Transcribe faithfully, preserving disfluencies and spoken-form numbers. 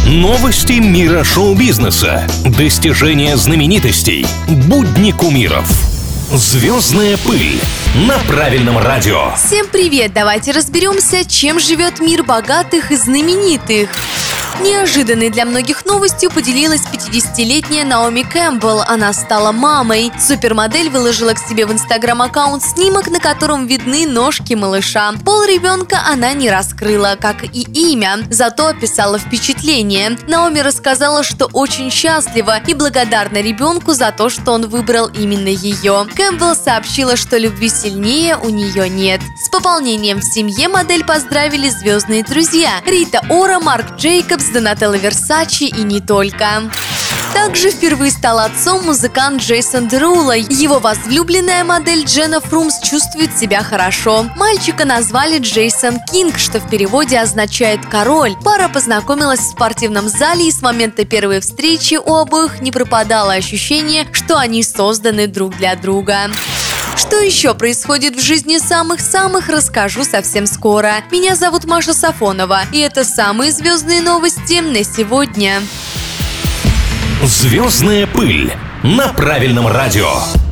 Новости мира шоу-бизнеса, достижения знаменитостей, будни кумиров. «Звездная пыль» на правильном радио. Всем привет! Давайте разберемся, чем живет мир богатых и знаменитых. Неожиданной для многих новостью поделилась пятидесятилетняя Наоми Кэмпбелл. Она стала мамой. Супермодель выложила к себе в инстаграм-аккаунт снимок, на котором видны ножки малыша. Пол ребенка она не раскрыла, как и имя, зато описала впечатление. Наоми рассказала, что очень счастлива и благодарна ребенку за то, что он выбрал именно ее. Кэмпбелл сообщила, что любви сильнее у нее нет. С пополнением в семье модель поздравили звездные друзья: Рита Ора, Марк Джейкобс, Донателло Версачи и не только. Также впервые стал отцом музыкант Джейсон Деруло. Его возлюбленная модель Дженна Фрумс чувствует себя хорошо. Мальчика назвали Джейсон Кинг, что в переводе означает «король». Пара познакомилась в спортивном зале, и с момента первой встречи у обоих не пропадало ощущение, что они созданы друг для друга. Что еще происходит в жизни самых-самых, расскажу совсем скоро. Меня зовут Маша Сафонова, и это самые звездные новости на сегодня. «Звездная пыль» на правильном радио.